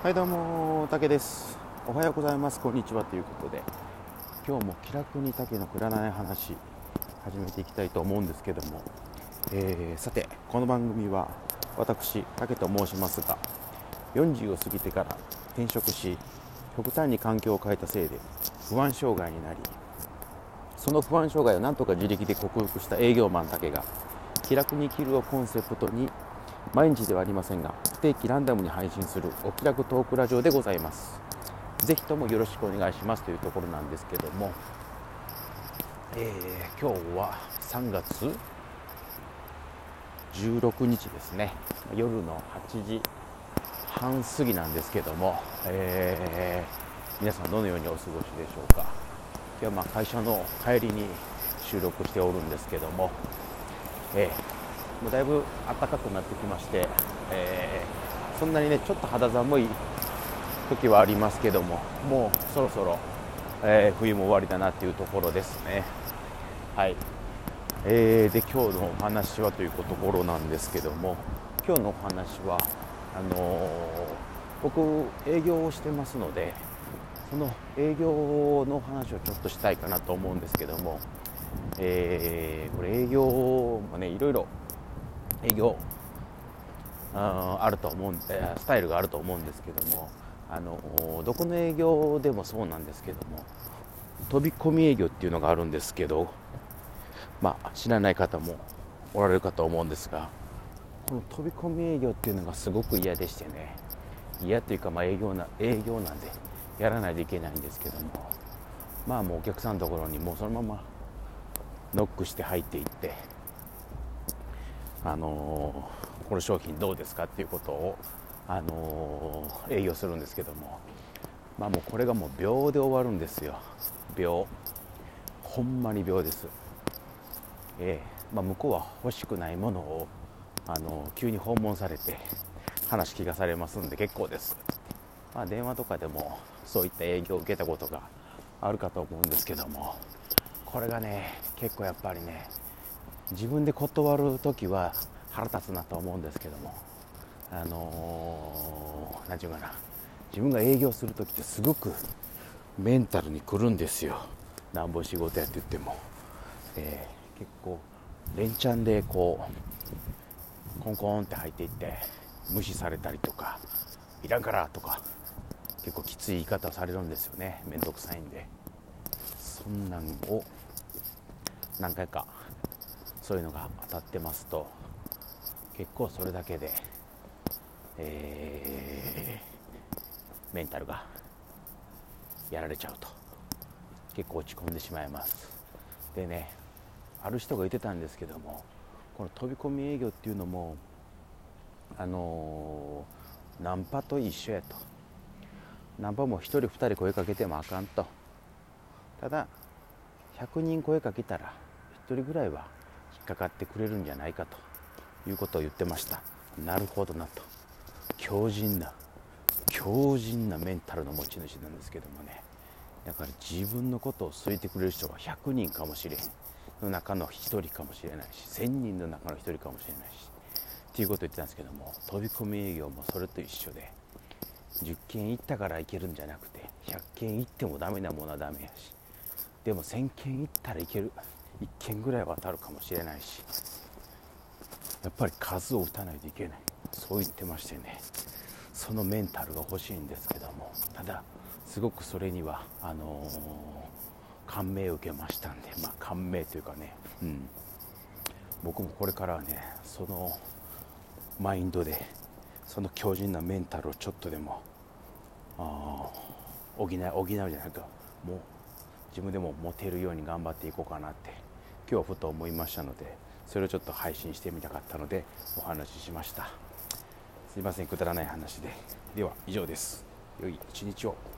はい、どうも、竹です。おはようございます。こんにちは。ということで、今日も気楽に竹のくだらない話、始めていきたいと思うんですけども、さて、この番組は、私、竹と申しますが、40を過ぎてから転職し、極端に環境を変えたせいで、不安障害になり、その不安障害をなんとか自力で克服した営業マン竹が、気楽に生きるをコンセプトに、毎日ではありませんが不定期ランダムに配信するお気楽トークラジオでございます。ぜひともよろしくお願いしますというところなんですけども、今日は3月16日ですね。夜の8時半過ぎなんですけども、皆さんどのようにお過ごしでしょうか。今日は会社の帰りに収録しておるんですけども、もうだいぶ暖かくなってきまして、そんなにねちょっと肌寒い時はありますけども、もうそろそろ、冬も終わりだなっていうところですね。はい。で今日のお話はというところなんですけども、今日のお話は僕営業をしてますので、その営業の話をちょっとしたいかなと思うんですけども、これ営業もねいろいろ営業あると思うんで、スタイルがあると思うんですけども、どこの営業でもそうなんですけども、飛び込み営業っていうのがあるんですけど、知らない方もおられるかと思うんですが、この飛び込み営業っていうのがすごく嫌でしてね、嫌というか営業なんでやらないといけないんですけども、もうお客さんのところにもうそのままノックして入っていって、この商品どうですかっていうことを、営業するんですけども、もうこれがもう秒で終わるんですよ。秒、ほんまに秒です。向こうは欲しくないものを急に訪問されて話聞かされますんで結構です。電話とかでもそういった営業を受けたことがあるかと思うんですけども、これがね結構やっぱりね、自分で断るときは腹立つなと思うんですけども、なんていうかな、自分が営業するときってすごくメンタルにくるんですよ。なんぼ仕事やって言っても、結構連チャンでこうコンコンって入っていって無視されたりとか、いらんからとか結構きつい言い方をされるんですよね。めんどくさいんで、そんなんを何回かそういうのが当たってますと、結構それだけで、メンタルがやられちゃうと結構落ち込んでしまいます。でね、ある人が言ってたんですけども、この飛び込み営業っていうのもナンパと一緒やと。ナンパも1人2人声かけてもあかんと。ただ100人声かけたら1人ぐらいは引っかかってくれるんじゃないかということを言ってました。なるほどなと。強靭なメンタルの持ち主なんですけどもね、だから自分のことを好いてくれる人が100人かもしれんの中の1人かもしれないし、1000人の中の1人かもしれないしっていうことを言ってたんですけども、飛び込み営業もそれと一緒で、10件行ったからいけるんじゃなくて、100件行ってもダメなものはダメやし、でも1000件行ったらいける1件ぐらいは当たるかもしれないし、やっぱり数を打たないといけない、そう言ってましてね、そのメンタルが欲しいんですけども、ただすごくそれには感銘を受けましたんで、感銘というかね、僕もこれからはね、そのマインドでその強靭なメンタルをちょっとでも補うじゃないか、もう自分でも持てるように頑張っていこうかなって今日はふと思いましたので、それをちょっと配信してみたかったのでお話ししました。すいません、くだらない話で。では以上です。良い一日を。